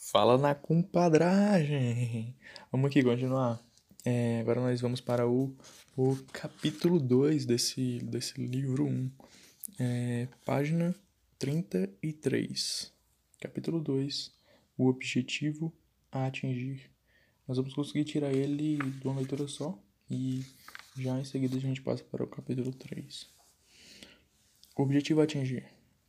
Fala na compadragem! Vamos aqui continuar. Agora nós vamos para o capítulo 2 desse livro 1. Página 33. Capítulo 2. O objetivo a atingir. Nós vamos conseguir tirar ele de uma leitura só e já em seguida a gente passa para o capítulo 3. O objetivo a atingir.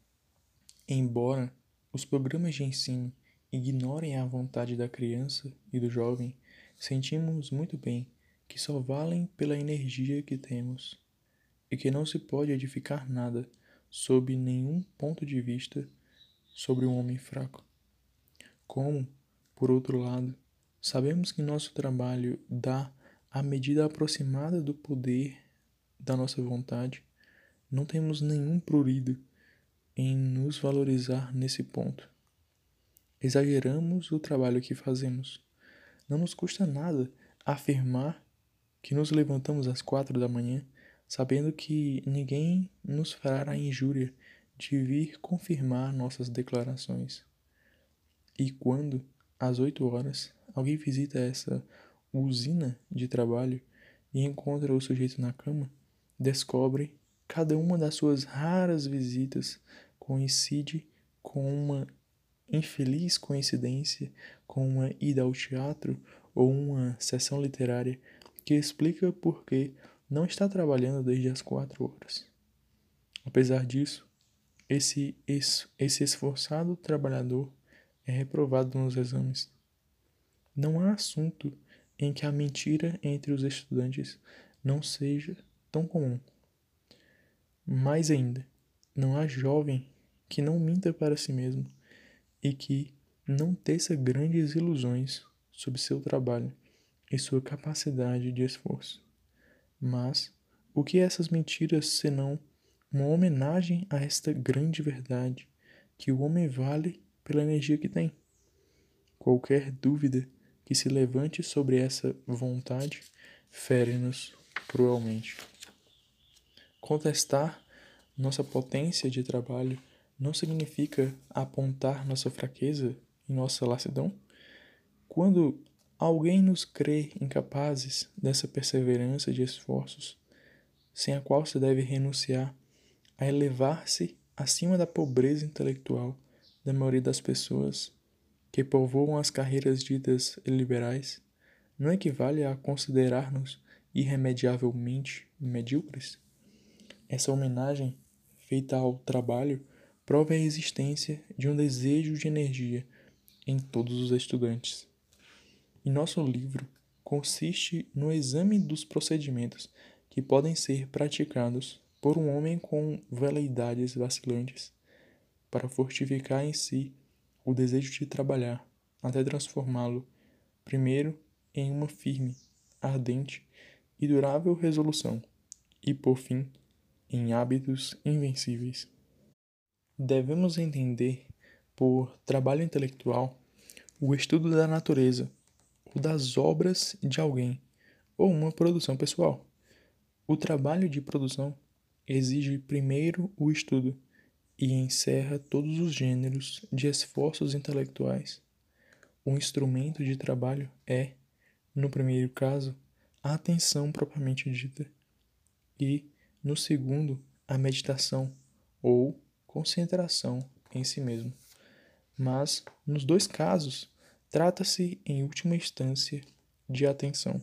Embora os programas de ensino ignorem a vontade da criança e do jovem, sentimos muito bem que só valem pela energia que temos e que não se pode edificar nada sob nenhum ponto de vista sobre um homem fraco. Como, por outro lado, sabemos que nosso trabalho dá a medida aproximada do poder da nossa vontade, não temos nenhum prurido em nos valorizar nesse ponto. Exageramos o trabalho que fazemos. Não nos custa nada afirmar que nos levantamos às 4 da manhã, sabendo que ninguém nos fará a injúria de vir confirmar nossas declarações. E quando, às 8 horas, alguém visita essa usina de trabalho e encontra o sujeito na cama, descobre cada uma das suas raras visitas coincide com uma infeliz coincidência, com uma ida ao teatro ou uma sessão literária que explica por que não está trabalhando desde as 4 horas. Apesar disso, esse esforçado trabalhador é reprovado nos exames. Não há assunto em que a mentira entre os estudantes não seja tão comum. Mais ainda, não há jovem que não minta para si mesmo e que não teça grandes ilusões sobre seu trabalho e sua capacidade de esforço. Mas o que essas mentiras senão uma homenagem a esta grande verdade, que o homem vale pela energia que tem? Qualquer dúvida que se levante sobre essa vontade fere-nos cruelmente. Contestar nossa potência de trabalho não significa apontar nossa fraqueza e nossa lassidão? Quando alguém nos crê incapazes dessa perseverança de esforços, sem a qual se deve renunciar a elevar-se acima da pobreza intelectual da maioria das pessoas que povoam as carreiras ditas liberais, não equivale a considerar-nos irremediavelmente medíocres? Essa homenagem, feita ao trabalho, prova a existência de um desejo de energia em todos os estudantes. E nosso livro consiste no exame dos procedimentos que podem ser praticados por um homem com veleidades vacilantes para fortificar em si o desejo de trabalhar, até transformá-lo, primeiro, em uma firme, ardente e durável resolução, e, por fim, em hábitos invencíveis. Devemos entender, por trabalho intelectual, o estudo da natureza, ou das obras de alguém, ou uma produção pessoal. O trabalho de produção exige primeiro o estudo e encerra todos os gêneros de esforços intelectuais. O instrumento de trabalho é, no primeiro caso, a atenção propriamente dita, e, no segundo, a meditação ou concentração em si mesmo. Mas, nos dois casos, trata-se, em última instância, de atenção.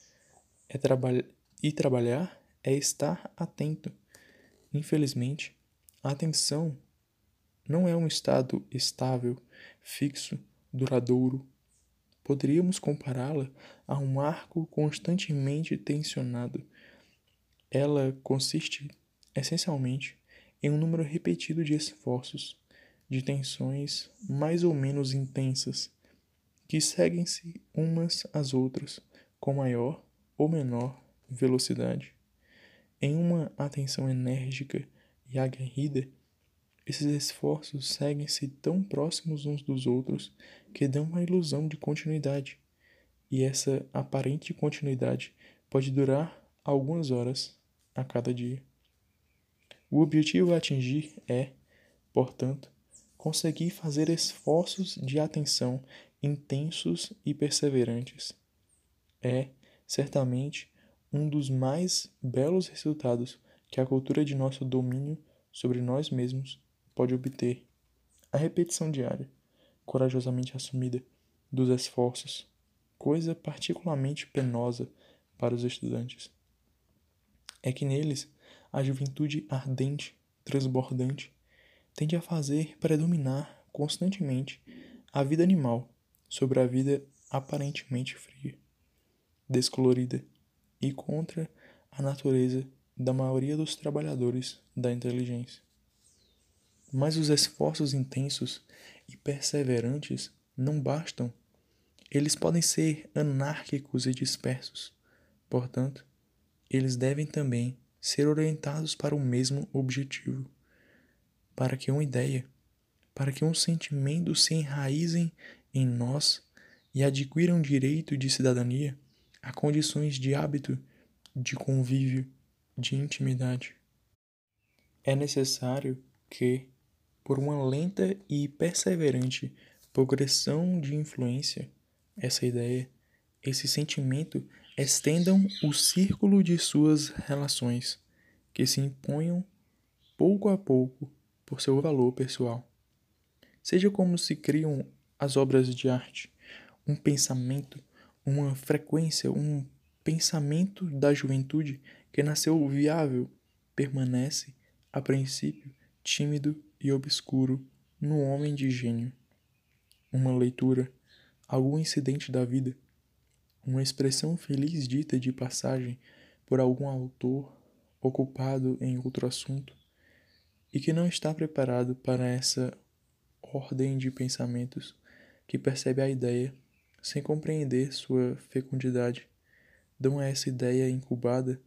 Trabalhar é estar atento. Infelizmente, a atenção não é um estado estável, fixo, duradouro. Poderíamos compará-la a um arco constantemente tensionado. Ela consiste, essencialmente, em um número repetido de esforços, de tensões mais ou menos intensas, que seguem-se umas às outras com maior ou menor velocidade. Em uma atenção enérgica e aguerrida, esses esforços seguem-se tão próximos uns dos outros que dão uma ilusão de continuidade, e essa aparente continuidade pode durar algumas horas a cada dia. O objetivo a atingir é, portanto, conseguir fazer esforços de atenção intensos e perseverantes. É, certamente, um dos mais belos resultados que a cultura de nosso domínio sobre nós mesmos pode obter. A repetição diária, corajosamente assumida, dos esforços, coisa particularmente penosa para os estudantes. É que neles a juventude ardente, transbordante, tende a fazer predominar constantemente a vida animal sobre a vida aparentemente fria, descolorida e contra a natureza da maioria dos trabalhadores da inteligência. Mas os esforços intensos e perseverantes não bastam. Eles podem ser anárquicos e dispersos. Portanto, eles devem também ser orientados para o mesmo objetivo, para que uma ideia, para que um sentimento se enraizem em nós e adquiram direito de cidadania a condições de hábito, de convívio, de intimidade. É necessário que, por uma lenta e perseverante progressão de influência, essa ideia, esse sentimento estendam o círculo de suas relações, que se imponham pouco a pouco por seu valor pessoal. Seja como se criam as obras de arte, um pensamento, uma frequência, um pensamento da juventude que nasceu viável, permanece, a princípio, tímido e obscuro no homem de gênio. Uma leitura, algum incidente da vida, uma expressão feliz dita de passagem por algum autor ocupado em outro assunto e que não está preparado para essa ordem de pensamentos que percebe a ideia sem compreender sua fecundidade, dão a essa ideia incubada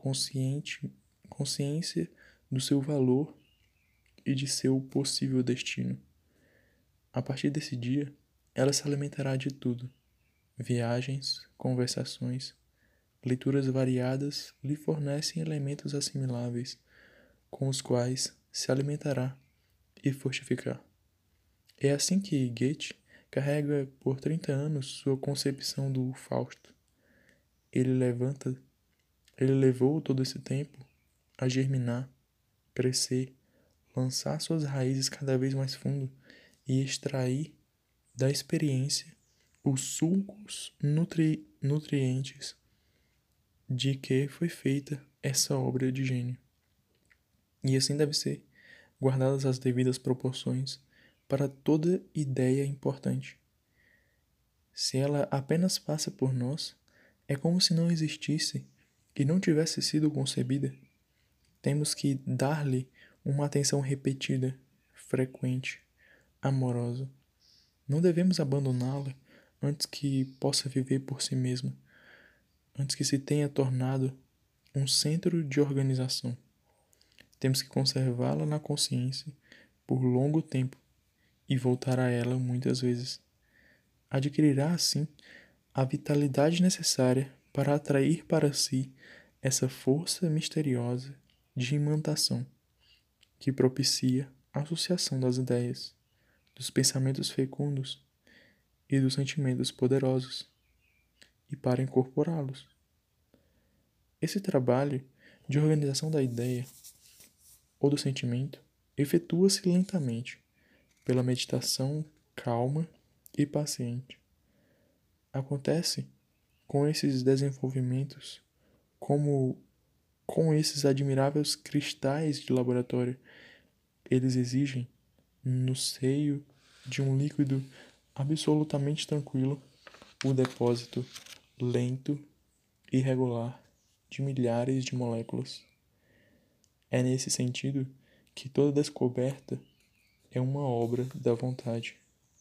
consciência do seu valor e de seu possível destino. A partir desse dia, ela se alimentará de tudo. Viagens, conversações, leituras variadas lhe fornecem elementos assimiláveis, com os quais se alimentará e fortificar. É assim que Goethe carrega por 30 anos sua concepção do Fausto. Ele levou todo esse tempo a germinar, crescer, lançar suas raízes cada vez mais fundo e extrair da experiência os sulcos nutrientes de que foi feita essa obra de gênio. E assim deve ser, guardadas as devidas proporções para toda ideia importante. Se ela apenas passa por nós, é como se não existisse e não tivesse sido concebida. Temos que dar-lhe uma atenção repetida, frequente, amorosa. Não devemos abandoná-la antes que possa viver por si mesma, antes que se tenha tornado um centro de organização. Temos que conservá-la na consciência por longo tempo e voltar a ela muitas vezes. Adquirirá, assim, a vitalidade necessária para atrair para si essa força misteriosa de imantação que propicia a associação das ideias, dos pensamentos fecundos e dos sentimentos poderosos, e para incorporá-los. Esse trabalho de organização da ideia ou do sentimento efetua-se lentamente, pela meditação calma e paciente. Acontece com esses desenvolvimentos como com esses admiráveis cristais de laboratório. Eles exigem, no seio de um líquido absolutamente tranquilo, o depósito lento e regular de milhares de moléculas. É nesse sentido que toda descoberta é uma obra da vontade.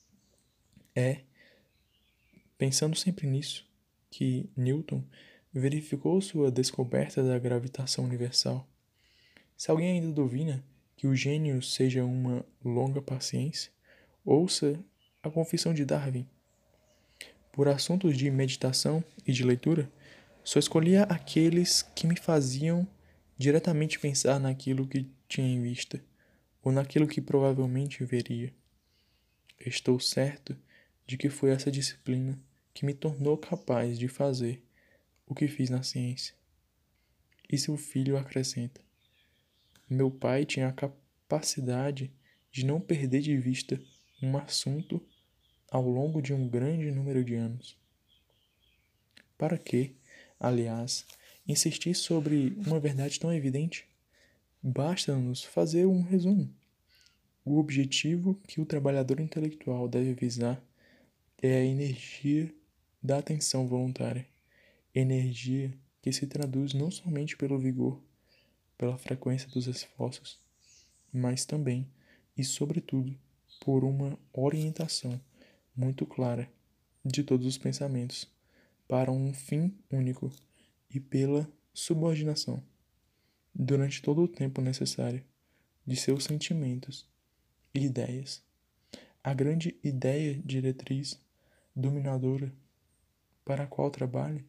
É, pensando sempre nisso, que Newton verificou sua descoberta da gravitação universal. Se alguém ainda duvida que o gênio seja uma longa paciência, ouça a confissão de Darwin. Por assuntos de meditação e de leitura, só escolhia aqueles que me faziam diretamente pensar naquilo que tinha em vista, ou naquilo que provavelmente veria. Estou certo de que foi essa disciplina que me tornou capaz de fazer o que fiz na ciência. E seu filho acrescenta: meu pai tinha a capacidade de não perder de vista um assunto ao longo de um grande número de anos. Para que, aliás, insistir sobre uma verdade tão evidente? Basta-nos fazer um resumo. O objetivo que o trabalhador intelectual deve visar é a energia da atenção voluntária, energia que se traduz não somente pelo vigor, pela frequência dos esforços, mas também e sobretudo por uma orientação muito clara de todos os pensamentos para um fim único e pela subordinação, durante todo o tempo necessário, de seus sentimentos e ideias. A grande ideia diretriz dominadora para a qual trabalhe,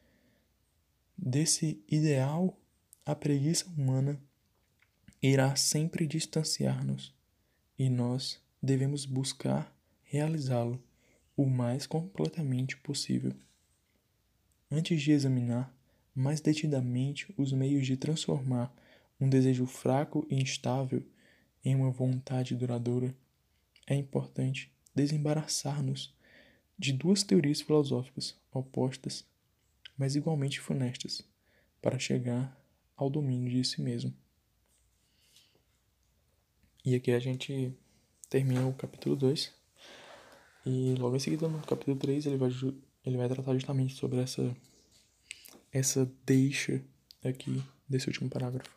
desse ideal, a preguiça humana irá sempre distanciar-nos e nós devemos buscar realizá-lo o mais completamente possível. Antes de examinar mais detidamente os meios de transformar um desejo fraco e instável em uma vontade duradoura, é importante desembaraçar-nos de duas teorias filosóficas opostas, mas igualmente funestas, para chegar ao domínio de si mesmo. E aqui a gente termina o capítulo 2. E logo em seguida, no capítulo 3, ele vai tratar justamente sobre essa deixa aqui desse último parágrafo.